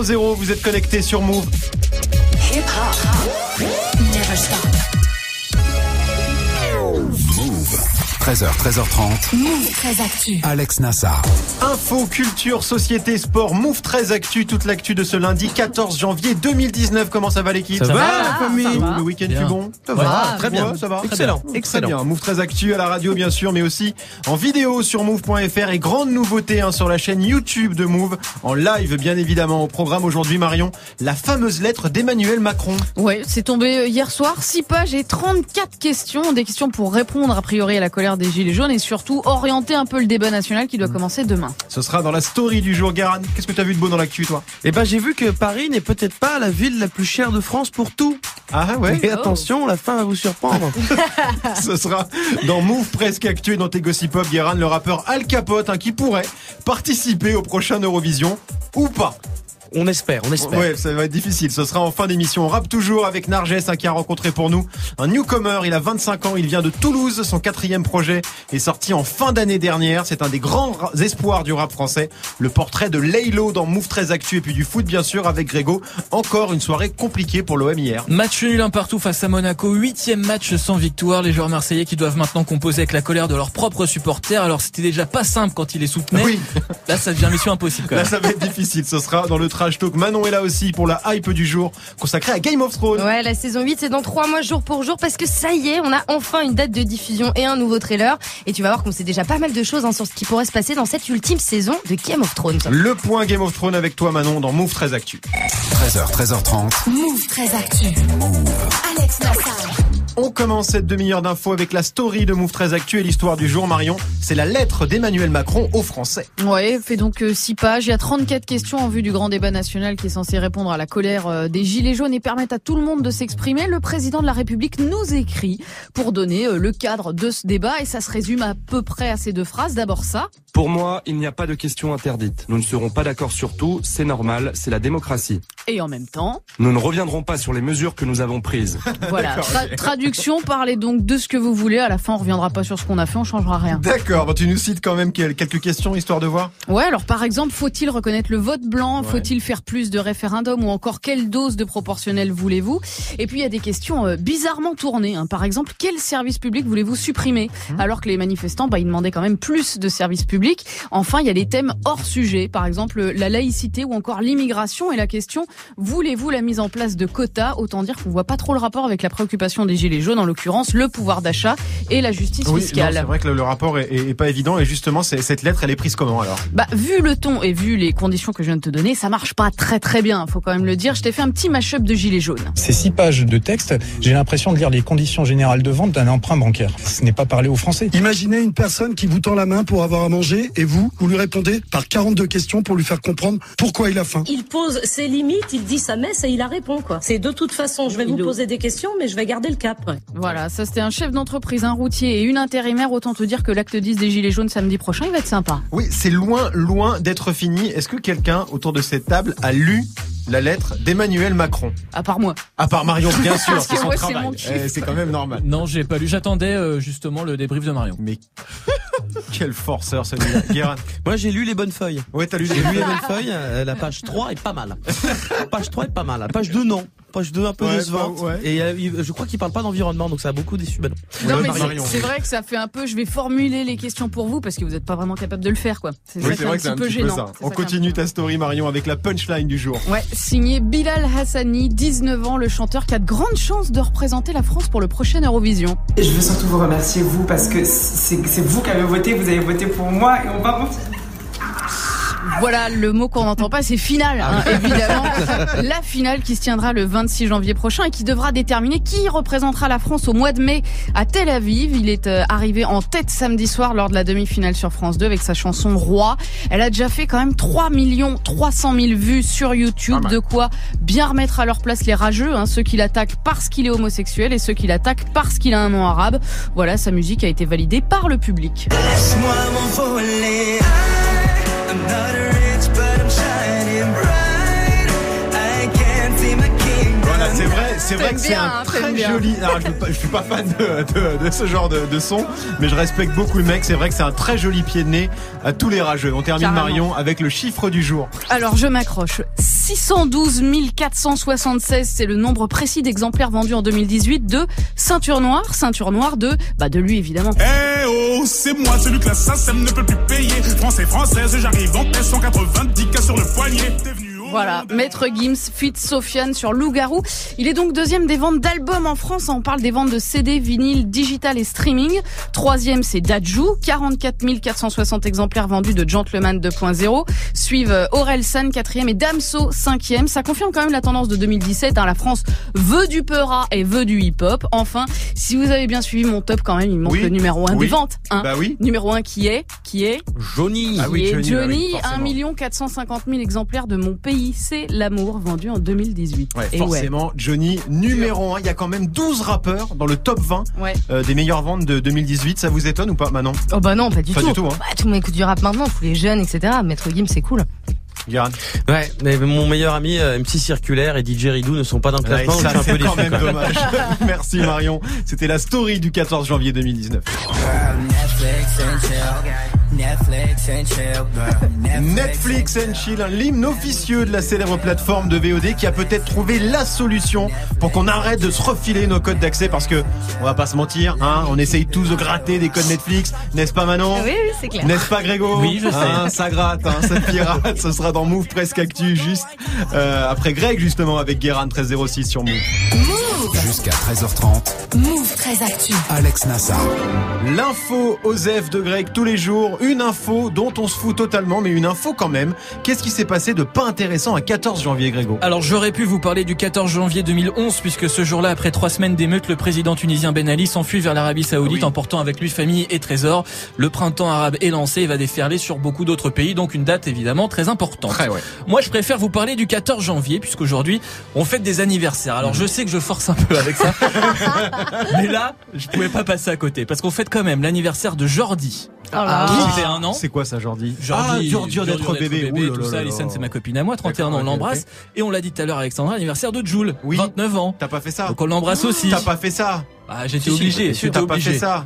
00, vous êtes connectés sur Move. Hip hop, never stop. Move. 13h, 13h30. Move 13 Actu. Alex Nassar. Info, culture, société, sport, Move 13 Actu, toute l'actu de ce lundi 14 janvier 2019. Comment ça va l'équipe? Ça va la famille? Le week-end fut bon? Ça va, très bien. Ça va. Excellent. Très bien. Move 13 Actu à la radio bien sûr, mais aussi en vidéo sur move.fr et grande nouveauté sur la chaîne YouTube de Move, en live bien évidemment. Au programme aujourd'hui, Marion, la fameuse lettre d'Emmanuel Macron. Ouais, c'est tombé hier soir, 6 pages et 34 questions, des questions pour répondre a priori à la colère des Gilets jaunes et surtout orienter un peu le débat national qui doit commencer demain. Ce sera dans la story du jour. Guérin, qu'est-ce que tu as vu de beau dans l'actu toi? Eh ben, j'ai vu que Paris n'est peut-être pas la ville la plus chère de France pour tout. Ah ouais. Et attention, la fin va vous surprendre. Ce sera dans Move Presque Actu et dans tes Gossip Pop, Guérin, le rappeur Al Capote, qui pourrait participer au prochain Eurovision ou pas. On espère. Ouais, ça va être difficile. Ce sera en fin d'émission. On rappe toujours avec Narges, qui a rencontré pour nous un newcomer. Il a 25 ans, il vient de Toulouse. Son 4e projet est sorti en fin d'année dernière. C'est un des grands espoirs du rap français. Le portrait de Laylo dans Move 13 Actu et puis du foot bien sûr avec Grégo. Encore une soirée compliquée pour l'OM hier. Match nul un partout face à Monaco. 8e match sans victoire. Les joueurs marseillais qui doivent maintenant composer avec la colère de leurs propres supporters. Alors c'était déjà pas simple quand ils les soutenaient. Oui. Là ça devient mission impossible quand même. Là ça va être difficile. Ce sera dans le trash talk. Manon est là aussi pour la hype du jour consacrée à Game of Thrones. Ouais, la saison 8 c'est dans 3 mois jour pour jour parce que ça y est, on a enfin une date de diffusion et un nouveau trailer. Et tu vas voir qu'on sait déjà pas mal de choses sur ce qui pourrait se passer dans cette ultime saison de Game of Thrones. Le point Game of Thrones avec toi Manon dans Move 13 Actu. 13h, 13h30. Move 13 Actu. Alex Nassar. On commence cette demi-heure d'infos avec la story de Move 13 Actu et l'histoire du jour, Marion. C'est la lettre d'Emmanuel Macron aux Français. Ouais, fait donc 6 pages. Il y a 34 questions en vue du grand débat national qui est censé répondre à la colère des Gilets jaunes et permettre à tout le monde de s'exprimer. Le président de la République nous écrit pour donner le cadre de ce débat et ça se résume à peu près à ces 2 phrases. D'abord ça. Pour moi, il n'y a pas de questions interdites. Nous ne serons pas d'accord sur tout, c'est normal, c'est la démocratie. Et en même temps, nous ne reviendrons pas sur les mesures que nous avons prises. Voilà, traduction, parlez donc de ce que vous voulez. À la fin, on reviendra pas sur ce qu'on a fait, on changera rien. D'accord, tu nous cites quand même quelques questions, histoire de voir. Ouais, alors par exemple, faut-il reconnaître le vote blanc? Ouais. Faut-il faire plus de référendums? Ou encore, quelle dose de proportionnel voulez-vous? Et puis, il y a des questions bizarrement tournées. Par exemple, quel service public voulez-vous supprimer? Alors que les manifestants, ils demandaient quand même plus de services publics. Enfin, il y a les thèmes hors sujet. Par exemple, la laïcité ou encore l'immigration. Et la question, voulez-vous la mise en place de quotas? Autant dire qu'on voit pas trop le rapport avec la préoccupation des Gilets jaunes, en l'occurrence, le pouvoir d'achat et la justice fiscale. Non, c'est vrai que le rapport est pas évident. Et justement, cette lettre, elle est prise comment alors? Vu le ton et vu les conditions que je viens de te donner, ça marche pas très très bien. Faut quand même le dire. Je t'ai fait un petit mash-up de Gilets jaunes. Ces 6 pages de texte, j'ai l'impression de lire les conditions générales de vente d'un emprunt bancaire. Ce n'est pas parler aux Français. Imaginez une personne qui vous tend la main pour avoir à manger et vous lui répondez par 42 questions pour lui faire comprendre pourquoi il a faim. Il pose ses limites, il dit sa messe et il la répond, quoi. C'est de toute façon, je vais vous poser des questions, mais je vais garder le cap. Ouais. Voilà, ça c'était un chef d'entreprise, un routier et une intérimaire. Autant te dire que l'acte 10 des Gilets jaunes samedi prochain, il va être sympa. Oui, c'est loin d'être fini. Est-ce que quelqu'un autour de cette table a lu la lettre d'Emmanuel Macron? À part moi. À part Marion, bien sûr, c'est son travail. C'est quand même normal. Non, j'ai pas lu. J'attendais justement le débrief de Marion. Mais quel forceur celui-là. Guérin. Moi, j'ai lu les bonnes feuilles. Ouais, t'as lu les bonnes feuilles. La page 3 est pas mal. Page 3 est pas mal. La page 2, non. Page 2 un peu décevante. Ouais. Et je crois qu'il parle pas d'environnement, donc ça a beaucoup déçu. Non, mais c'est vrai que ça fait un peu, je vais formuler les questions pour vous parce que vous êtes pas vraiment capable de le faire, quoi. C'est vrai que c'est un petit peu gênant. On continue ta story, Marion, avec la punchline du jour. Ouais, signé Bilal Hassani, 19 ans, le chanteur qui a de grandes chances de représenter la France pour le prochain Eurovision. Et je veux surtout vous remercier, vous, parce que c'est vous qui avez voté, vous avez voté pour moi et on va mentir. Voilà, le mot qu'on n'entend pas, c'est finale, évidemment. La finale qui se tiendra le 26 janvier prochain et qui devra déterminer qui représentera la France au mois de mai à Tel Aviv. Il est arrivé en tête samedi soir lors de la demi-finale sur France 2 avec sa chanson Roi. Elle a déjà fait quand même 3 300 000 vues sur YouTube. De quoi bien remettre à leur place les rageux, ceux qui l'attaquent parce qu'il est homosexuel et ceux qui l'attaquent parce qu'il a un nom arabe. Voilà, sa musique a été validée par le public. Laisse-moi m'envoler. I'm not rich, but I'm shining bright. I can't see my king. C'est vrai que c'est un très joli. Alors, je suis pas fan de ce genre de son, mais je respecte beaucoup le mec. C'est vrai que c'est un très joli pied de nez à tous les rageux. On termine Marion avec le chiffre du jour. Alors je m'accroche. 612 476, c'est le nombre précis d'exemplaires vendus en 2018 de Ceinture Noire de lui évidemment. Eh oh, c'est moi celui que la SACEM ne peut plus payer. Française, j'arrive en paix, 190K sur le poignet. Voilà, Maître Gims feat. Sofiane sur Loup-Garou. Il est donc deuxième des ventes d'albums en France. On parle des ventes de CD, vinyle, digital et streaming. Troisième, c'est Dadju, 44 460 exemplaires vendus de Gentleman 2.0. Suivent Orelsan, quatrième, et Damso, cinquième. Ça confirme quand même la tendance de 2017. La France veut du peura et veut du hip-hop. Enfin, si vous avez bien suivi mon top quand même, il manque le numéro 1 des ventes. Bah oui. Numéro 1 qui est Johnny. Johnny, 1 450 000 exemplaires de Mon Pays. C'est l'amour vendu en 2018. Ouais, forcément, Johnny, numéro 1. Il y a quand même 12 rappeurs dans le top 20 des meilleures ventes de 2018. Ça vous étonne ou pas, Manon? Oh bah non, pas du tout. Hein. Tout le monde écoute du rap maintenant, tous les jeunes, etc. Maître Gims, c'est cool. Guérin. Ouais, mais mon meilleur ami MC Circulaire et DJ Ridou ne sont pas dans le classement, ça, je suis un peu déçu. C'est quand même dommage. Merci Marion. C'était la story du 14 janvier 2019. Netflix and Chill, l'hymne officieux de la célèbre plateforme de VOD qui a peut-être trouvé la solution pour qu'on arrête de se refiler nos codes d'accès, parce que on va pas se mentir, on essaye tous de gratter des codes Netflix, n'est-ce pas Manon? Oui, c'est clair. N'est-ce pas Grégo? Oui, je sais. Ça gratte, ça pirate. Ce sera dans Move Presque Actu juste après Greg, justement, avec Guérin 1306 sur Move. Jusqu'à 13h30. Move 13 Actu. Alex Nassar. L'info Osef de Greg tous les jours. Une info dont on se fout totalement, mais une info quand même. Qu'est-ce qui s'est passé de pas intéressant à 14 janvier, Grégo? Alors j'aurais pu vous parler du 14 janvier 2011, puisque ce jour-là, après 3 semaines d'émeutes, le président tunisien Ben Ali s'enfuit vers l'Arabie Saoudite, emportant avec lui famille et trésors. Le printemps arabe est lancé et va déferler sur beaucoup d'autres pays, donc une date évidemment très importante. Moi je préfère vous parler du 14 janvier, puisqu'aujourd'hui on fête des anniversaires. Alors je sais que je force un peu avec ça, mais là je pouvais pas passer à côté, parce qu'on fête quand même l'anniversaire de Jordi. Oh là là. 31 ans. C'est quoi ça, Jordi? Dur d'être bébé. Tout ça, Alison, c'est ma copine à moi, 31 ans, on l'embrasse. Et on l'a dit tout à l'heure, Alexandra, anniversaire de Jules, 29 ans. T'as pas fait ça? Donc on l'embrasse aussi. T'as pas fait ça? Ah, j'étais obligé. Tu t'as pas fait ça?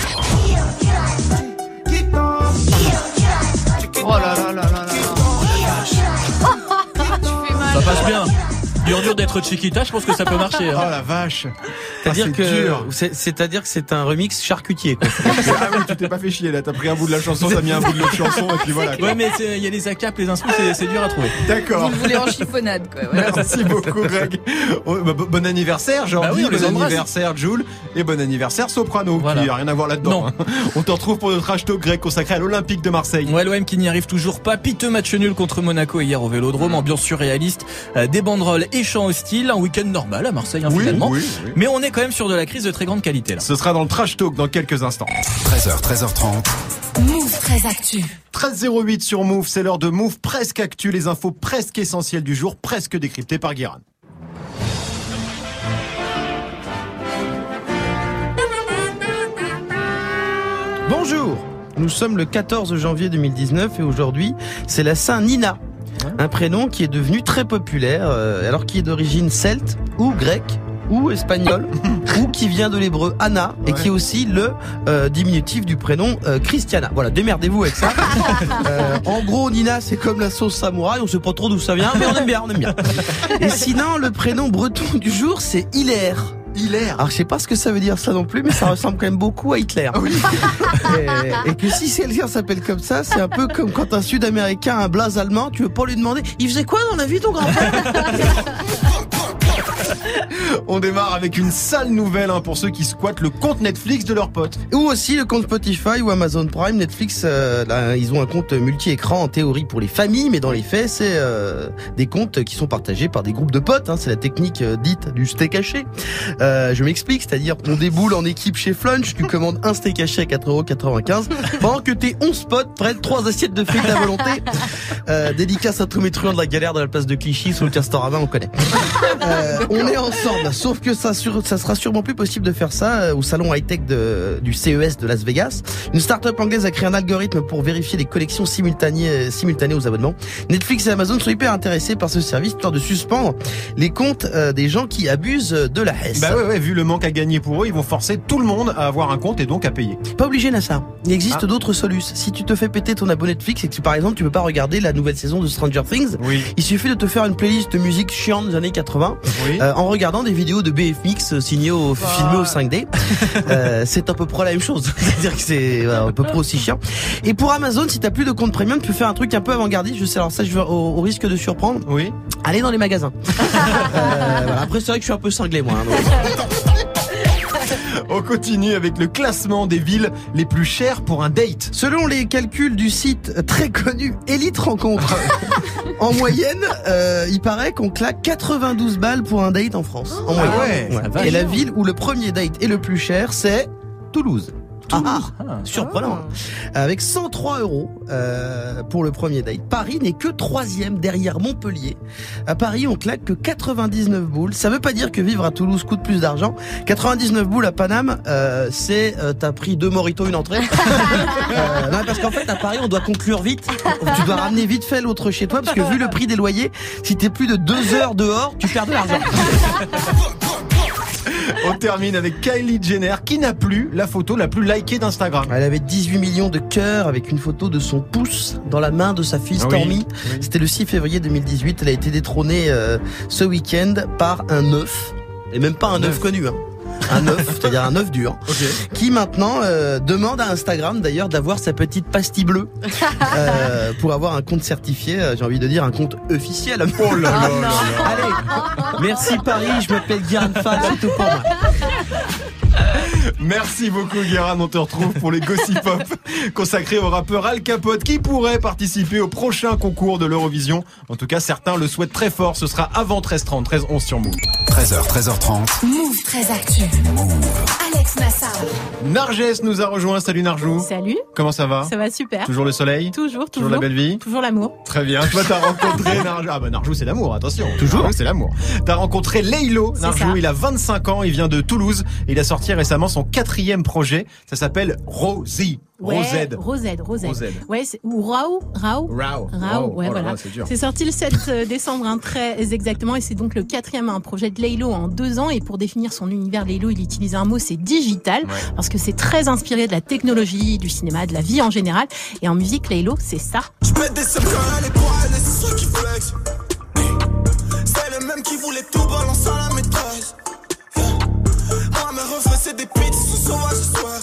Oh là là là là là. Tu fais mal. Ça passe bien. Dur d'être Chiquita, je pense que ça peut marcher. Oh la vache. C'est-à-dire que c'est un remix charcutier, quoi. Ah oui, tu t'es pas fait chier là, t'as pris un bout de la chanson, t'as mis un bout de l'autre chanson et puis voilà. Ouais, mais il y a les ACAP, les instruments, c'est dur à trouver. D'accord. Vous le voulez en chiffonnade, quoi. Voilà. Merci beaucoup, Greg. Bon anniversaire, Jordi, bon anniversaire, Jules, et bon anniversaire, Soprano, qui a rien à voir là-dedans. Hein. On te retrouve pour notre hashtag Greg consacré à l'Olympique de Marseille. Ouais, l'OM qui n'y arrive toujours pas. Piteux match nul contre Monaco hier au Vélodrome, ambiance surréaliste, des banderoles et chants hostiles, un week-end normal à Marseille, finalement. Oui. Mais on est quand même sur de la crise de très grande qualité, là. Ce sera dans le Trash Talk dans quelques instants. 13h30. Move 13 Actu. 13h08 sur Move, c'est l'heure de Move Presque Actu, les infos presque essentielles du jour, presque décryptées par Guérin. Bonjour, nous sommes le 14 janvier 2019 et aujourd'hui, c'est la Saint Nina. Un prénom qui est devenu très populaire, alors qui est d'origine celte ou grecque ou espagnol, ou qui vient de l'hébreu Anna, et qui est aussi le diminutif du prénom Christiana. Voilà, démerdez-vous avec ça. En gros, Nina, c'est comme la sauce samouraï, on sait pas trop d'où ça vient, mais on aime bien. Et sinon, le prénom breton du jour, c'est Hilaire. Hilaire. Alors je sais pas ce que ça veut dire ça non plus, mais ça ressemble quand même beaucoup à Hitler. Oui. Et que si quelqu'un s'appelle comme ça, c'est un peu comme quand un Sud-Américain a un blaze allemand, tu veux pas lui demander il faisait quoi dans la vie ton grand-père. On démarre avec une sale nouvelle pour ceux qui squattent le compte Netflix de leurs potes. Ou aussi le compte Spotify ou Amazon Prime. Netflix, là, ils ont un compte multi-écran en théorie pour les familles, mais dans les faits, c'est des comptes qui sont partagés par des groupes de potes. C'est la technique dite du steak haché. Je m'explique, c'est-à-dire on déboule en équipe chez Flunch, tu commandes un steak haché à 4,95€ pendant que tes 11 potes prennent 3 assiettes de frites à volonté. Dédicace à tous mes truands de la galère de la place de Clichy sous le Castorama, on connaît. On est ensemble. Sauf que ça sera sûrement plus possible de faire ça au salon high-tech du CES de Las Vegas. Une start-up anglaise a créé un algorithme pour vérifier les collections simultanées aux abonnements. Netflix et Amazon sont hyper intéressés par ce service, histoire de suspendre les comptes des gens qui abusent de la Hesse. Bah ouais, vu le manque à gagner pour eux, ils vont forcer tout le monde à avoir un compte et donc à payer. Pas obligé, Nassar. Il existe d'autres solutions. Si tu te fais péter ton abonné Netflix et que par exemple tu peux pas regarder la nouvelle saison de Stranger Things, il suffit de te faire une playlist de musique chiante des années 80 en regardant des vidéos de BFMix filmées au 5D. C'est à peu près la même chose. C'est-à-dire que c'est à peu près aussi chiant. Et pour Amazon, si t'as plus de compte premium, tu peux faire un truc un peu avant-gardiste. Je sais, alors ça, je vais au risque de surprendre. Oui. Aller dans les magasins. Voilà. Après, c'est vrai que je suis un peu cinglé, moi. On continue avec le classement des villes les plus chères pour un date. Selon les calculs du site très connu Elite Rencontre, en moyenne, il paraît qu'on claque 92 balles pour un date en France. En moyenne. Et la ville où le premier date est le plus cher, c'est Toulouse. Surprenant. Avec 103 € pour le premier date. Paris n'est que 3e derrière Montpellier. À Paris, on claque que 99 boules. Ça veut pas dire que vivre à Toulouse coûte plus d'argent. 99 boules à Paname, c'est t'as pris 2 mojitos, une entrée. Non, parce qu'en fait à Paris, on doit conclure vite. Tu dois ramener vite fait l'autre chez toi parce que vu le prix des loyers, si t'es plus de 2 heures dehors, tu perds de l'argent. On termine avec Kylie Jenner qui n'a plus la photo la plus likée d'Instagram. Elle avait 18 millions de cœurs avec une photo de son pouce dans la main de sa fille Stormy. C'était le 6 février 2018. Elle a été détrônée ce week-end par un œuf. Et même pas un œuf connu, hein. Un œuf, c'est-à-dire un œuf dur, qui maintenant demande à Instagram d'ailleurs d'avoir sa petite pastille bleue pour avoir un compte certifié, j'ai envie de dire un compte officiel. Oh là là là. Allez, merci Paris, je m'appelle Guérin Fall, c'est tout pour moi. Merci beaucoup Guérin, on te retrouve pour les Gossip Pop consacrés au rappeur Al Capote qui pourrait participer au prochain concours de l'Eurovision. En tout cas, certains le souhaitent très fort, ce sera avant 13h30, 13h11 sur Move. 13h, 13h30. Move très actu. Alex Nassar. Narges nous a rejoint, salut Narjou. Salut. Comment ça va? Ça va super. Toujours le soleil? Toujours. Toujours la belle vie? Toujours l'amour. Très bien, toi t'as rencontré Narjou. Ah bah Narjou c'est l'amour, attention. Toujours Narjou, c'est l'amour. T'as rencontré Laylo, Narjou, il a 25 ans, il vient de Toulouse et il a sorti récemment son 4e projet, ça s'appelle Rosie. Rosed. Ouais, ou Rao, ouais, voilà. C'est sorti le 7 décembre, très exactement, et c'est donc le 4e projet de Laylo en 2 ans. Et pour définir son univers, Laylo, il utilise un mot, c'est digital, parce que c'est très inspiré de la technologie, du cinéma, de la vie en général. Et en musique, Laylo, c'est ça. Je pète des sommes quand elle est pour elle, et c'est ceux qui flex. C'est le même qui voulait tout balancer à la maîtresse. Moi, mes reflets, c'est des pits, ils sont sauvages, je souhaite.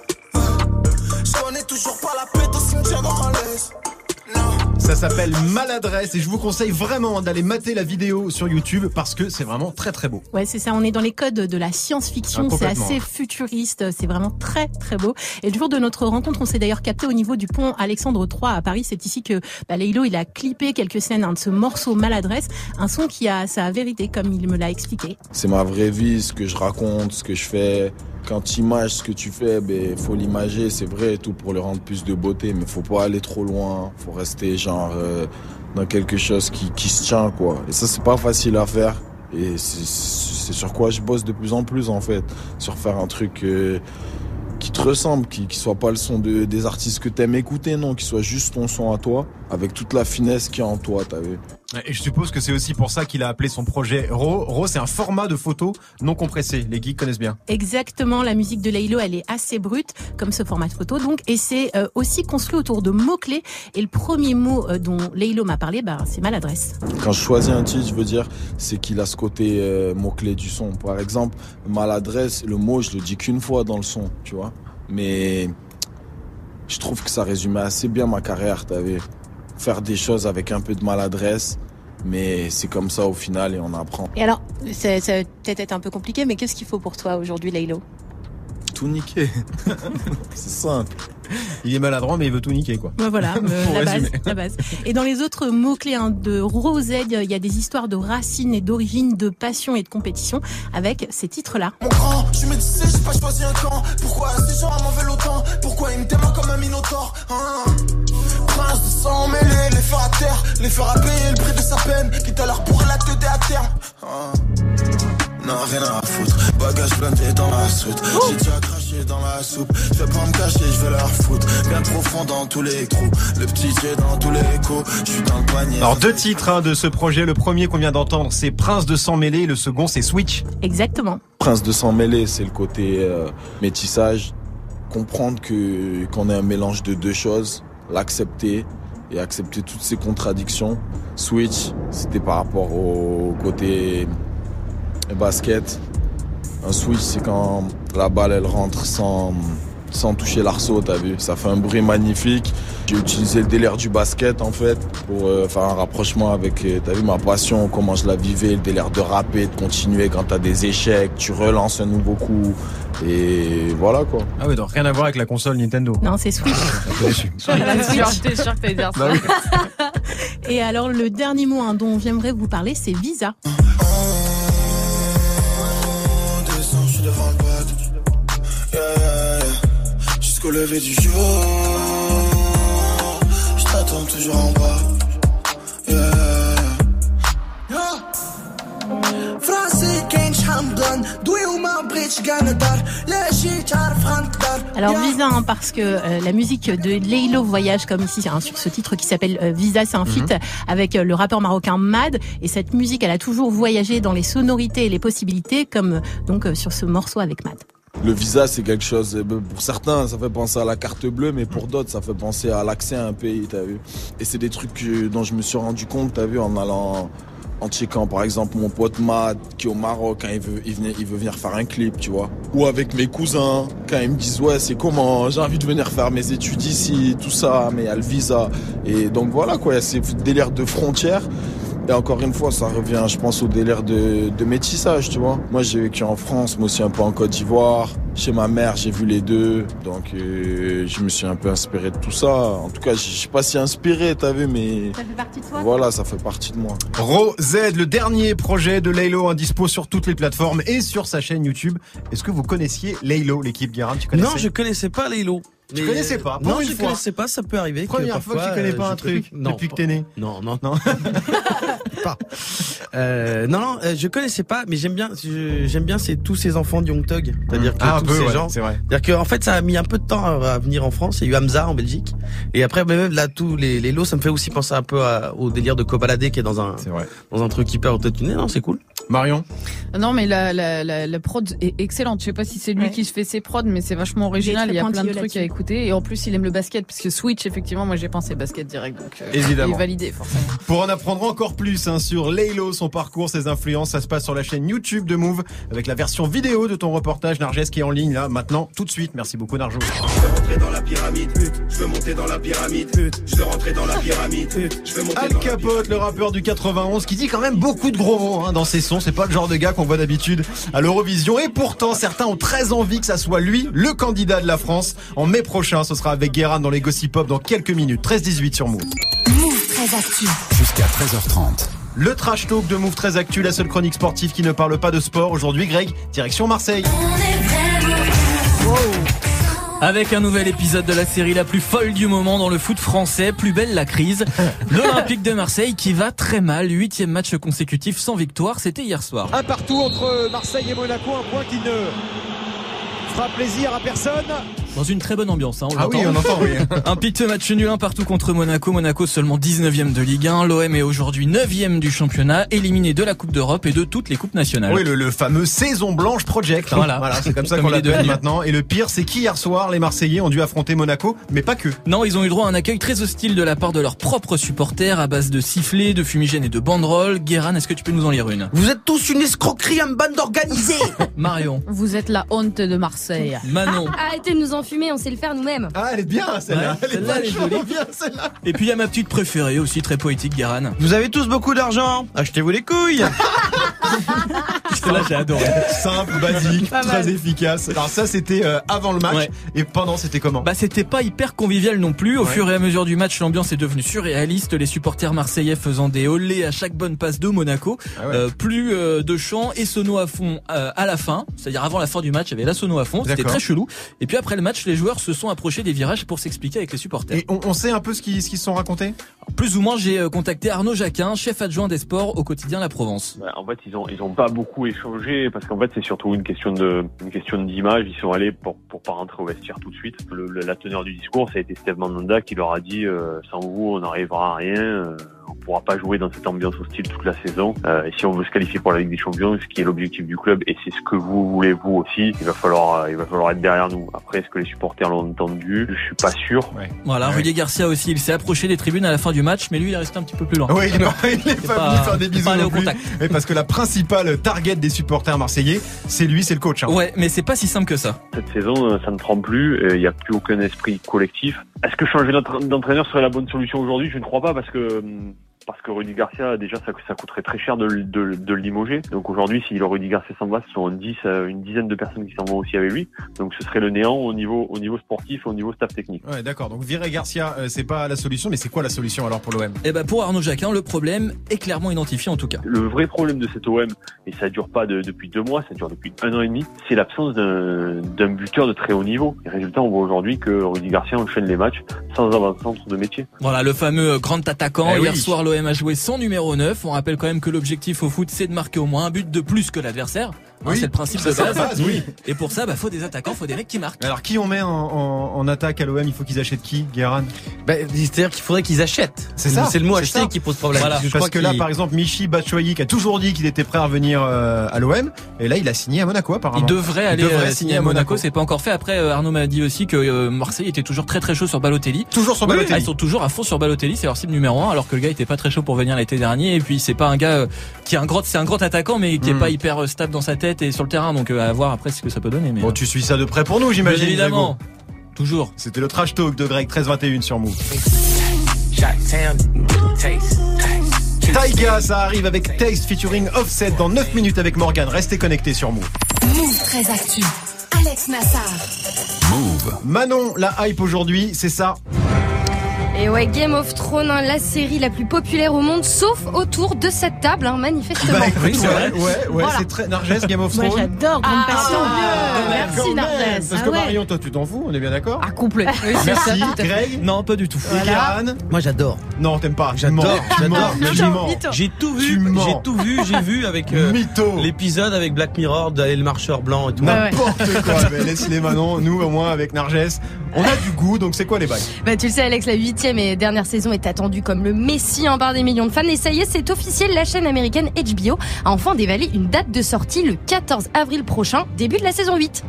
Je connais toujours pas la pète au cimetière dans ma laisse. Ça s'appelle Maladresse et je vous conseille vraiment d'aller mater la vidéo sur YouTube parce que c'est vraiment très très beau. Ouais, c'est ça, on est dans les codes de la science-fiction, c'est assez futuriste, c'est vraiment très très beau. Et le jour de notre rencontre, on s'est d'ailleurs capté au niveau du pont Alexandre III à Paris. C'est ici que Laylo, il a clippé quelques scènes de ce morceau Maladresse, un son qui a sa vérité comme il me l'a expliqué. C'est ma vraie vie, ce que je raconte, ce que je fais. Quand tu images ce que tu fais, faut l'imager, c'est vrai, tout pour le rendre plus de beauté, mais faut pas aller trop loin, faut rester dans quelque chose qui se tient, quoi. Et ça, c'est pas facile à faire, et c'est sur quoi je bosse de plus en plus, en fait, sur faire un truc qui te ressemble, qui soit pas le son des artistes que t'aimes écouter, non, qui soit juste ton son à toi, avec toute la finesse qu'il y a en toi, t'as vu. Et je suppose que c'est aussi pour ça qu'il a appelé son projet Raw. Raw, c'est un format de photo non compressé. Les geeks connaissent bien. Exactement, la musique de Laylo, elle est assez brute, comme ce format de photo, donc, et c'est aussi construit autour de mots-clés. Et le premier mot dont Laylo m'a parlé, c'est maladresse. Quand je choisis un titre, je veux dire, c'est qu'il a ce côté mot-clé du son. Par exemple, maladresse, le mot, je le dis qu'une fois dans le son, tu vois. Mais je trouve que ça résumait assez bien ma carrière, t'avais. Faire des choses avec un peu de maladresse, mais c'est comme ça au final et on apprend. Et alors, ça va peut-être être un peu compliqué, mais qu'est-ce qu'il faut pour toi aujourd'hui, Laylo? Tout niquer. C'est simple. Il est maladroit, mais il veut tout niquer, quoi. Voilà, la base. Et dans les autres mots-clés de Rosed, il y a des histoires de racines et d'origines, de passion et de compétition avec ces titres-là. Mon grand, je me disais, j'ai pas choisi un camp. Pourquoi ces gens m'en veulent autant? Pourquoi ils me démarrent comme un minotaure? Prince de sang mêlé, les faire à terre, les faire à payer le prix de sa peine, quitte à leur bourrer la tête à terme. rien à foutre. Bagage blindé dans la soute. J'ai déjà craché dans la soupe. Je vais pas me cacher, je vais leur foutre. Bien profond dans tous les trous. Le petit jet dans tous les coups. Je suis dans le panier. Alors 2 titres de ce projet. Le premier qu'on vient d'entendre, c'est Prince de sang mêlé. Le second, c'est Switch. Exactement. Prince de sang mêlé, c'est le côté métissage. Comprendre qu'on est un mélange de 2 choses. L'accepter et accepter toutes ces contradictions. Switch, c'était par rapport au côté basket. Un switch, c'est quand la balle elle rentre sans toucher l'arceau, t'as vu. Ça fait un bruit magnifique. J'ai utilisé le délire du basket en fait pour faire un rapprochement avec, t'as vu, ma passion, comment je la vivais, le délire de rapper, de continuer quand t'as des échecs, tu relances un nouveau coup. Et voilà quoi. Ah oui, donc rien à voir avec la console Nintendo. Non, c'est Switch. J'étais sûr que t'allais dire ça. Et alors, le dernier mot dont j'aimerais vous parler, c'est visa. Je suis devant le boîte. Jusqu'au lever du jour. Je t'attends toujours en bas. Alors Visa, parce que la musique de Laylo voyage comme ici sur ce titre qui s'appelle Visa, c'est un feat avec le rappeur marocain Mad, et cette musique elle a toujours voyagé dans les sonorités et les possibilités comme donc sur ce morceau avec Mad. Le visa, c'est quelque chose, pour certains, ça fait penser à la carte bleue, mais pour d'autres, ça fait penser à l'accès à un pays, t'as vu. Et c'est des trucs dont je me suis rendu compte, t'as vu, en checkant par exemple mon pote Mad qui est au Maroc quand il veut venir faire un clip, tu vois. Ou avec mes cousins quand ils me disent ouais c'est comment, j'ai envie de venir faire mes études ici, tout ça, mais il y a le visa. Et donc voilà quoi, il y a ces délires de frontières. Et encore une fois, ça revient, je pense, au délire de métissage, tu vois. Moi, j'ai vécu en France, mais aussi un peu en Côte d'Ivoire. Chez ma mère, j'ai vu les deux. Donc, je me suis un peu inspiré de tout ça. En tout cas, je suis pas si inspiré, t'as vu, mais... Ça fait partie de toi. Voilà, ça fait partie de moi. Rose, le dispo projet de Laylo, dispo sur toutes les plateformes et sur sa chaîne YouTube. Est-ce que vous connaissiez Laylo, l'équipe Guérin, tu connaissais? Non, je connaissais pas Laylo. Tu connaissais pas? Non, je connaissais pas, ça peut arriver. Première fois que tu connais pas un truc depuis que t'es né? Non. Je connaissais pas, mais j'aime bien tous ces enfants de Young Thug. C'est-à-dire que tous ces gens. C'est vrai. C'est-à-dire que, en fait, ça a mis un peu de temps à venir en France. Il y a eu Hamza en Belgique. Et après, même là, tous les lots, ça me fait aussi penser un peu au délire de Kobalade qui est dans un truc hyper autotuné. Non, c'est cool. Marion? Non, mais la prod est excellente. Je sais pas si c'est lui qui fait ses prods, mais c'est vachement original. Il y a plein de trucs à écouter. Et en plus, il aime le basket, parce que Switch, effectivement, moi j'ai pensé basket direct. Donc, évidemment. Il est validé, forcément. Pour en apprendre encore plus sur Laylo, son parcours, ses influences, ça se passe sur la chaîne YouTube de Move, avec la version vidéo de ton reportage, Narges, qui est en ligne là, maintenant, tout de suite. Merci beaucoup, Narjo. Je veux rentrer dans la pyramide, je veux monter dans la pyramide, je veux rentrer dans la pyramide, je veux monter Al Capote, le rappeur du 91, qui dit quand même beaucoup de gros mots dans ses sons. C'est pas le genre de gars qu'on voit d'habitude à l'Eurovision. Et pourtant, certains ont très envie que ça soit lui, le candidat de la France. En mai prochain, ce sera avec Guérin dans les Gossip Pop dans quelques minutes. 13-18 sur Move. Move 13 Actu. Jusqu'à 13h30. Le trash talk de Move 13 Actu, la seule chronique sportive qui ne parle pas de sport. Aujourd'hui, Greg, direction Marseille. Avec un nouvel épisode de la série la plus folle du moment dans le foot français, plus belle la crise. L'Olympique de Marseille qui va très mal, 8e match consécutif sans victoire, c'était hier soir. Un partout entre Marseille et Monaco, un point qui ne fera plaisir à personne. Dans une très bonne ambiance, on l'entend. Oui, on entend, oui. Un piteux match nul, un partout contre Monaco. Monaco seulement 19e de Ligue 1. L'OM est aujourd'hui 9e du championnat, éliminé de la Coupe d'Europe et de toutes les coupes nationales. Oui, le fameux Saison Blanche Project. Voilà, c'est comme ça qu'on l'appelle maintenant. Et le pire, c'est qu'hier soir, les Marseillais ont dû affronter Monaco, mais pas que. Non, ils ont eu droit à un accueil très hostile de la part de leurs propres supporters, à base de sifflets, de fumigènes et de banderoles. Guérin, est-ce que tu peux nous en lire une? Vous êtes tous une escroquerie, une bande organisée. Marion. Vous êtes la honte de Marseille. Manon. Arrêtez de nous enfumer, on sait le faire nous-mêmes. Ah, elle est bien celle-là. Ouais, elle est jolie, bien celle-là. Et puis il y a ma petite préférée aussi, très poétique, Guérin. Vous avez tous beaucoup d'argent, achetez-vous les couilles. Celle-là, j'ai adoré. Simple, basique, très efficace. Alors ça, c'était avant le match. Ouais. Et pendant, c'était comment? C'était pas hyper convivial non plus. Au fur et à mesure du match, l'ambiance est devenue surréaliste. Les supporters marseillais faisant des olés à chaque bonne passe de Monaco. Plus de chants et sonos à fond à la fin. C'est-à-dire avant la fin du match, il y avait la sono à fond. C'était très chelou. Et puis après le match, match, les joueurs se sont approchés des virages pour s'expliquer avec les supporters. Et on sait un peu ce qu'ils se sont racontés ? Plus ou moins, j'ai contacté Arnaud Jacquin, chef adjoint des sports au quotidien La Provence. En fait, ils ont pas beaucoup échangé parce qu'en fait, c'est surtout une question d'image. Ils sont allés pour pas rentrer au vestiaire tout de suite. La teneur du discours, ça a été Steve Mandanda qui leur a dit sans vous, on n'arrivera à rien. On pourra pas jouer dans cette ambiance hostile toute la saison. Et si on veut se qualifier pour la Ligue des Champions, ce qui est l'objectif du club, et c'est ce que vous voulez vous aussi, il va falloir être derrière nous. Après, est-ce que les supporters l'ont entendu ? Je suis pas sûr. Ouais. Voilà, ouais. Rudy Garcia aussi, il s'est approché des tribunes à la fin du match, mais lui, il est resté un petit peu plus loin. Oui, il est pas venu faire des bisous non au plus. Contact. Mais parce que la principale target des supporters marseillais, c'est le coach. Hein. Ouais, mais c'est pas si simple que ça. Cette saison, ça ne tremble plus. Il n'y a plus aucun esprit collectif. Est-ce que changer d'entraîneur serait la bonne solution aujourd'hui ? Je ne crois pas parce que Rudy Garcia, déjà, ça coûterait très cher de le limoger. Donc aujourd'hui, si le Rudy Garcia s'en va, ce sont une dizaine de personnes qui s'en vont aussi avec lui. Donc ce serait le néant au niveau sportif et au niveau staff technique. Ouais, d'accord. Donc virer Garcia, c'est pas la solution, mais c'est quoi la solution alors pour l'OM ? Eh ben, pour Arnaud Jacquin, le problème est clairement identifié en tout cas. Le vrai problème de cet OM, et ça dure pas depuis 2 mois, ça dure depuis 1 an et demi, c'est l'absence d'un buteur de très haut niveau. Et résultat, on voit aujourd'hui que Rudy Garcia enchaîne les matchs sans avant-centre de métier. Voilà, le fameux grand attaquant. Hier soir, l'OM a joué sans numéro 9. On rappelle quand même que l'objectif au foot, c'est de marquer au moins un but de plus que l'adversaire. Oui, c'est le principe de base. Oui. Et pour ça, faut des attaquants, faut des mecs qui marquent. Alors, qui on met en attaque à l'OM ? Il faut qu'ils achètent qui, Guérin ? C'est-à-dire qu'il faudrait qu'ils achètent. C'est ça. C'est le mot acheter qui pose problème. Voilà. Parce que là, par exemple, Michy Batshuayi qui a toujours dit qu'il était prêt à revenir à l'OM, et là, il a signé à Monaco apparemment. Il devrait aller signer à Monaco. C'est pas encore fait. Après, Arnaud m'a dit aussi que Marseille était toujours très très chaud sur Balotelli. Toujours sur Balotelli. Ils sont toujours à fond sur Balotelli. C'est leur cible numéro 1, alors que le gars était pas très chaud pour venir l'été dernier. Et puis c'est pas un gars c'est un grand attaquant, mais qui est pas hyper stable dans sa tête et sur le terrain. Donc à voir après ce que ça peut donner. Mais bon, tu suis ça de près pour nous, j'imagine. Bien évidemment. Toujours. C'était le trash talk de Greg 13-21 sur Move. Taiga, ça arrive avec Taste featuring Offset dans 9 minutes avec Morgane. Restez connectés sur Move. Move très actu. Alex Nassar. Move. Manon, la hype aujourd'hui, c'est ça. Et ouais, Game of Thrones, la série la plus populaire au monde, sauf autour de cette table, manifestement. Oui, c'est vrai. Ouais, voilà. C'est très Narges, Game of Thrones. Moi, j'adore, grande passion. Merci, Narges. Parce que Marion, toi, tu t'en fous, on est bien d'accord ? Complètement. Merci, Greg. Non, pas du tout. Et Kéran ? Moi, j'adore. Non, t'aimes pas. J'adore. J'ai tout vu. J'ai vu avec l'épisode avec Black Mirror d'aller le marcheur blanc et tout. N'importe quoi. Mais laisse-les Manon. Nous, au moins, avec Narges, on a du goût. Donc, c'est quoi les bails ? Tu le sais, Alex, la 8e et dernière saison est attendue comme le messie par des millions de fans. Et ça y est, c'est officiel. La chaîne américaine HBO a enfin dévoilé une date de sortie le 14 avril prochain, début de la saison 8.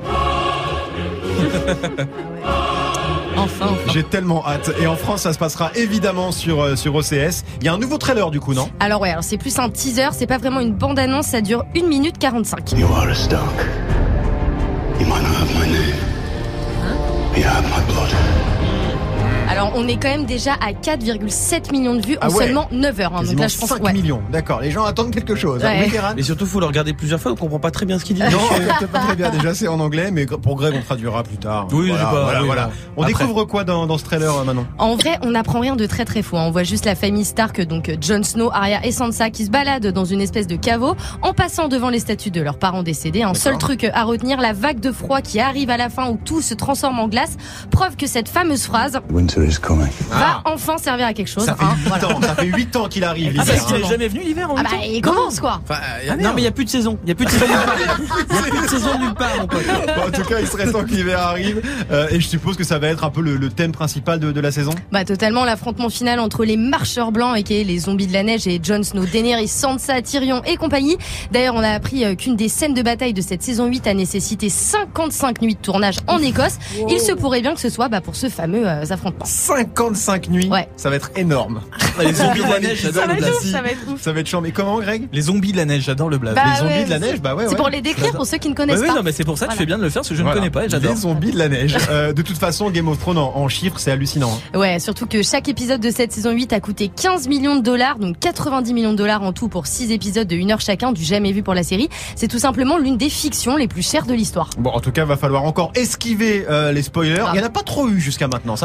Enfin. J'ai tellement hâte. Et en France, ça se passera évidemment sur OCS. Il y a un nouveau trailer du coup, non ? Alors c'est plus un teaser, c'est pas vraiment une bande-annonce, ça dure 1 minute 45. You are a Stark. You might not have my name. But you have my blood. Alors on est quand même déjà à 4,7 millions de vues en seulement 9 heures. Donc là, je pense 5 millions. D'accord, les gens attendent quelque chose. Ouais. Et surtout, faut le regarder plusieurs fois, on comprend pas très bien ce qu'il dit. Non, c'est pas très bien. Déjà, c'est en anglais, mais pour Greg, on traduira plus tard. Oui, voilà. On découvre quoi dans ce trailer, Manon ? En vrai, on n'apprend rien de très très faux. On voit juste la famille Stark, donc Jon Snow, Arya et Sansa, qui se baladent dans une espèce de caveau en passant devant les statues de leurs parents décédés. Un seul truc à retenir, la vague de froid qui arrive à la fin où tout se transforme en glace. Preuve que cette fameuse phrase Winter is coming. Va enfin servir à quelque chose. Ça fait 8 ans qu'il arrive. Parce qu'il n'est jamais venu l'hiver en même temps. Il commence quoi. Non mais il n'y a plus de saison. Il n'y a plus de saison nulle part. Il n'y a plus de saison nulle part, mon pote. En tout cas, il serait temps que l'hiver arrive. Et je suppose que ça va être un peu le thème principal de la saison. Totalement, l'affrontement final entre les marcheurs blancs et les zombies de la neige et Jon Snow, Daenerys, Sansa, Tyrion et compagnie. D'ailleurs, on a appris qu'une des scènes de bataille de cette saison 8 a nécessité 55 nuits de tournage en Écosse. Wow. Il se pourrait bien que ce soit pour ce fameux affrontement. 55 nuits. Ouais. Ça va être énorme. Les zombies de la neige, j'adore le blaze. Ça va être chiant. Mais comment, Greg ? Les zombies de la neige, j'adore le blaze. Les zombies de la neige, ouais. C'est pour les décrire pour ceux qui ne connaissent pas. Oui, non, mais c'est pour ça que tu fais bien de le faire, parce que je ne connais pas et j'adore. Les zombies de la neige. De toute façon, Game of Thrones en chiffres, c'est hallucinant. Ouais, surtout que chaque épisode de cette saison 8 a coûté 15 millions de dollars, donc 90 millions de dollars en tout pour 6 épisodes de 1 heure chacun, du jamais vu pour la série. C'est tout simplement l'une des fictions les plus chères de l'histoire. Bon, en tout cas, va falloir encore esquiver les spoilers. Il n'y en a pas trop eu jusqu'à maintenant, ça va. Non,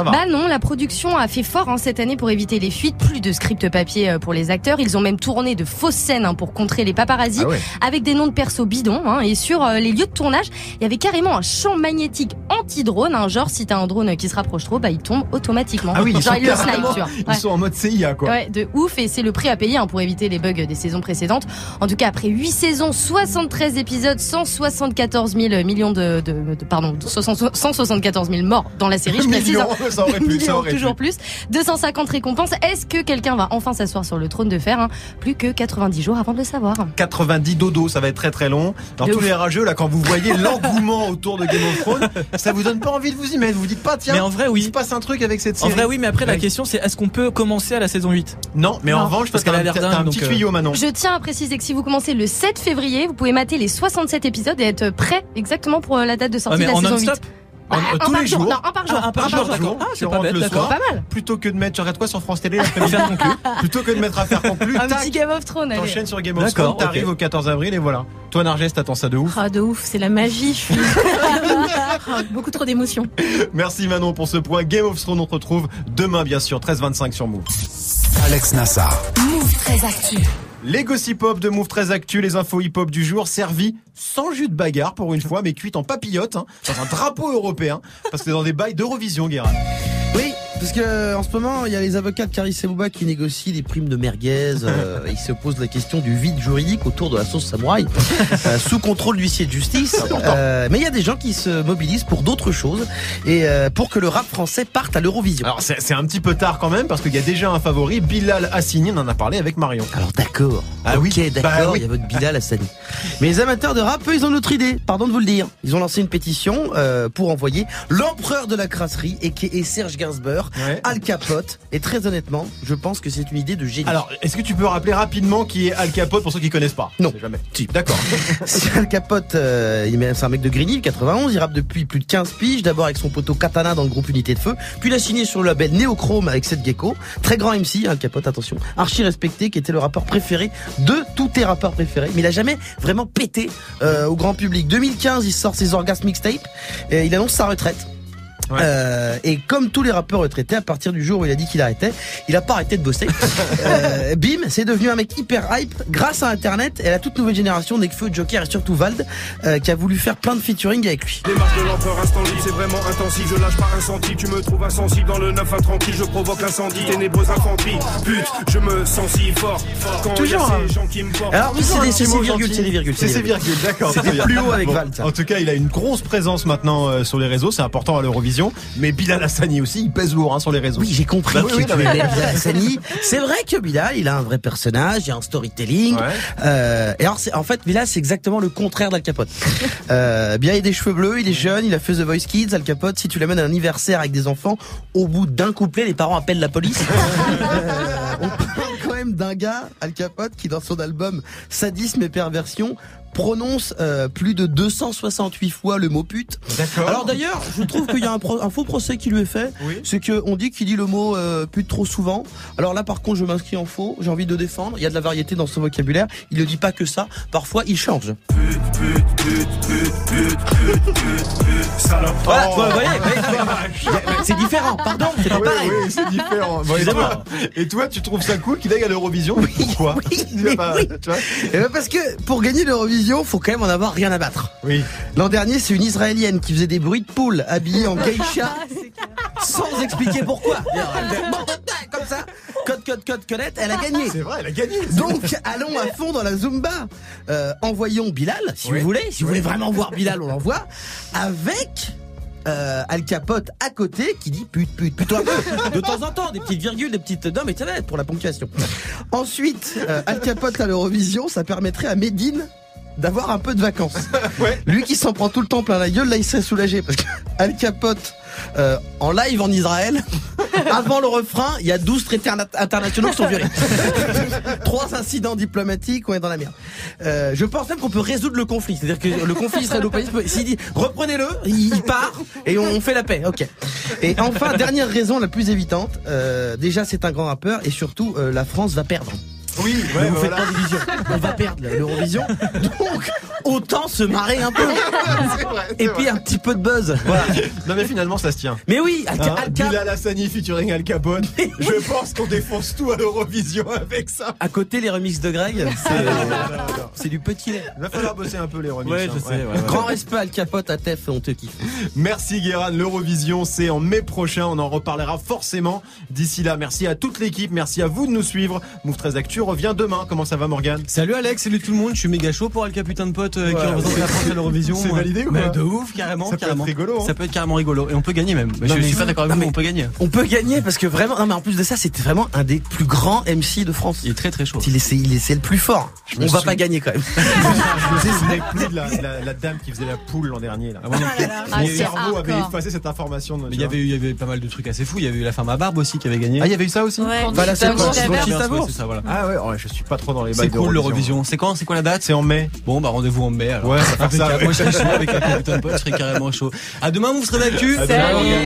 Sinon, la production a fait fort cette année pour éviter les fuites. Plus de script papier pour les acteurs. Ils ont même tourné de fausses scènes pour contrer les paparazzis avec des noms de persos bidons. Et sur les lieux de tournage, il y avait carrément un champ magnétique anti-drone. Genre, si t'as un drone qui se rapproche trop, il tombe automatiquement. Ah oui, genre, il le snipe, tu vois. Ils sont en mode CIA, quoi. Ouais, de ouf. Et c'est le prix à payer pour éviter les bugs des saisons précédentes. En tout cas, après 8 saisons, 73 épisodes, 174 000 millions 174 000 morts dans la série, je précise. Ça aurait pu, ça aurait toujours plus. 250 récompenses. Est-ce que quelqu'un va enfin s'asseoir sur le trône de fer Plus que 90 jours avant de le savoir. 90 dodo, ça va être très très long. Alors tous les rageux, là, quand vous voyez l'engouement autour de Game of Thrones, ça vous donne pas envie de vous y mettre. Vous vous dites pas, tiens, mais en vrai, oui. il se passe un truc avec cette série. En vrai, oui, mais après, la question, c'est est-ce qu'on peut commencer à la saison 8 ? Non, mais en revanche, parce qu'elle a l'air d'un petit tuyau, Manon. Je tiens à préciser que si vous commencez le 7 février, vous pouvez mater les 67 épisodes et être prêt exactement pour la date de sortie de la saison 8. Tous les jours. Non, un par jour. Un par jour, d'accord. C'est pas bête, d'accord. Pas mal. Plutôt que de mettre, tu regardes quoi sur France Télé Affaire conclue. Plutôt que de mettre Affaire conclue, un petit Game of Thrones. T'enchaînes sur Game of Thrones, t'arrives au 14 avril et voilà. Toi, Narges, t'attends ça de ouf. Ah, de ouf, c'est la magie. Beaucoup trop d'émotions. Merci Manon pour ce point. Game of Thrones, on te retrouve demain, bien sûr, 13h25 sur Move. Alex Nassar. Move très actu. Les gossip hop de Move très actu, les infos hip hop du jour, servis sans jus de bagarre pour une fois, mais cuites en papillote, dans un drapeau européen, parce que c'est dans des bails d'Eurovision, Guérin. Oui, parce que en ce moment, il y a les avocats de Caris Sebouba qui négocient les primes de merguez. Ils se posent la question du vide juridique autour de la sauce samouraï, sous contrôle d'huissier de justice. Mais il y a des gens qui se mobilisent pour d'autres choses et pour que le rap français parte à l'Eurovision. Alors c'est un petit peu tard quand même, parce qu'il y a déjà un favori, Bilal Hassani, on en a parlé avec Marion. Alors d'accord, il y a votre Bilal Hassani. Mais les amateurs de rap, eux, ils ont une autre idée, pardon de vous le dire. Ils ont lancé une pétition pour envoyer l'empereur de la crasserie, et Serge Gainsbourg, Al Capote. Et très honnêtement, je pense que c'est une idée de génie. Alors, est-ce que tu peux rappeler rapidement qui est Al Capote pour ceux qui connaissent pas? Non. Jamais. Si. D'accord. Al Capote, c'est un mec de Grigny, 91. Il rappe depuis plus de 15 piges. D'abord avec son poteau Katana dans le groupe Unité de Feu. Puis il a signé sur le label Néochrome avec Seth Gecko. Très grand MC, Al Capote, attention. Archi respecté, qui était le rappeur préféré de tous tes rappeurs préférés. Mais il a jamais vraiment pété au grand public. 2015, il sort ses Orgasmes mixtape. Il annonce sa retraite. Et comme tous les rappeurs retraités, à partir du jour où il a dit qu'il arrêtait, il a pas arrêté de bosser. Bim, c'est devenu un mec hyper hype grâce à Internet et à la toute nouvelle génération Nekfeu, Joker et surtout Vald, qui a voulu faire plein de featuring avec lui. Démarche de l'empereur instant libre, c'est vraiment intensif. Je lâche pas un centime, tu me trouves insensible. Dans le 9 à tranquille, je provoque l'incendie. Ténébreuse infanterie, pute, je me sens si fort. Quand toujours ces gens qui me portent. Alors oui, c'est des virgules, c'est des virgules, d'accord. C'était plus haut avec Vald. En tout cas, il a une grosse présence maintenant sur les réseaux, c'est important à l'Eurovision. Mais Bilal Hassani aussi, il pèse lourd sur les réseaux. Oui, j'ai compris que tu aimais Bilal Hassani. C'est vrai que Bilal, il a un vrai personnage, il y a un storytelling. Et alors, en fait, Bilal, c'est exactement le contraire d'Al Capote. Bien, il a des cheveux bleus, il est jeune, il a fait The Voice Kids. Al Capote, si tu l'amènes à un anniversaire avec des enfants, au bout d'un couplet, les parents appellent la police. On parle quand même d'un gars, Al Capote, qui dans son album Sadisme et Perversion prononce plus de 268 fois le mot pute. D'accord. Alors d'ailleurs, je trouve qu'il y a un faux procès qui lui est fait. Oui. C'est qu'on dit qu'il dit le mot pute trop souvent. Alors là, par contre, je m'inscris en faux. J'ai envie de défendre. Il y a de la variété dans son vocabulaire. Il ne dit pas que ça. Parfois, il change. Salope. Voilà, vous voyez, c'est différent. Pardon, c'est pas pareil. Oui, c'est différent. Bon, et toi, tu trouves ça cool qu'il aille à l'Eurovision? Pourquoi? Oui. Tu vois parce que pour gagner l'Eurovision, faut quand même en avoir rien à battre. Oui. L'an dernier, c'est une Israélienne qui faisait des bruits de poule habillée en geisha sans expliquer pourquoi. Comme ça, code, elle a gagné. C'est vrai, elle a gagné. Donc, allons à fond dans la Zumba. Envoyons Bilal, si vous voulez. Si vous voulez vraiment voir Bilal, on l'envoie. Avec Al Capote à côté qui dit pute, plutôt un peu. De temps en temps, des petites virgules, des petites. Non, mais ça va être pour la ponctuation. Ensuite, Al Capote à l'Eurovision, ça permettrait à Medine d'avoir un peu de vacances. Lui qui s'en prend tout le temps plein la gueule, là il serait soulagé parce que Al Capote en live en Israël, avant le refrain, il y a 12 traités internationaux qui sont violés. 3 incidents diplomatiques, on est dans la merde. Je pense même qu'on peut résoudre le conflit. C'est-à-dire que le conflit israélo-palestinien, s'il dit reprenez-le, il part et on fait la paix. Ok. Et enfin, dernière raison la plus évidente, déjà c'est un grand rappeur et surtout la France va perdre. Oui, ne vous faites pas d'illusions. On va perdre l'Eurovision. Donc, autant se marrer un peu. Et puis un petit peu de buzz. Voilà. Non mais finalement ça se tient. Mais oui, Bilal Hassani featuring Al Capone. Je pense qu'on défonce tout à l'Eurovision avec ça. À côté, les remixes de Greg, c'est du petit lait. Il va falloir bosser un peu les remixes. Ouais, je sais. Grand respect à Al Capote, à Tef, on te kiffe. Merci Guérin, l'Eurovision c'est en mai prochain, on en reparlera forcément. D'ici là, merci à toute l'équipe, merci à vous de nous suivre. Move 13 Actu revient demain. Comment ça va Morgane? Salut Alex, salut tout le monde, je suis méga chaud pour Al Caputain de pote qui représente la France à l'Eurovision. C'est validé ou quoi? De ouf, carrément. Ça peut être rigolo. Ça peut être carrément rigolo et on peut gagner même. Je suis pas d'accord avec vous, on peut gagner. On peut gagner parce que vraiment, non mais en plus de ça, c'était vraiment un des plus grands MC de France. Il est très très chaud. C'est le plus fort. On va pas gagner quand même. Je me souviens plus de la dame qui faisait la poule l'an dernier là. Mon cerveau avait effacé cette information. Mais il y avait pas mal de trucs assez fous. Il y avait eu la femme à barbe aussi qui avait gagné. Ah, il y avait eu ça aussi. Voilà, c'est ça. Voilà. Ah ouais, je suis pas trop dans les bails. C'est cool l'Eurovision. C'est quand? C'est quoi la date? C'est en mai. Bon bah rendez-vous en mai. Alors. Ouais, ça va faire ça. Moi je serais chaud avec un putain de pote, je serais carrément chaud. À demain, vous serez d'actu.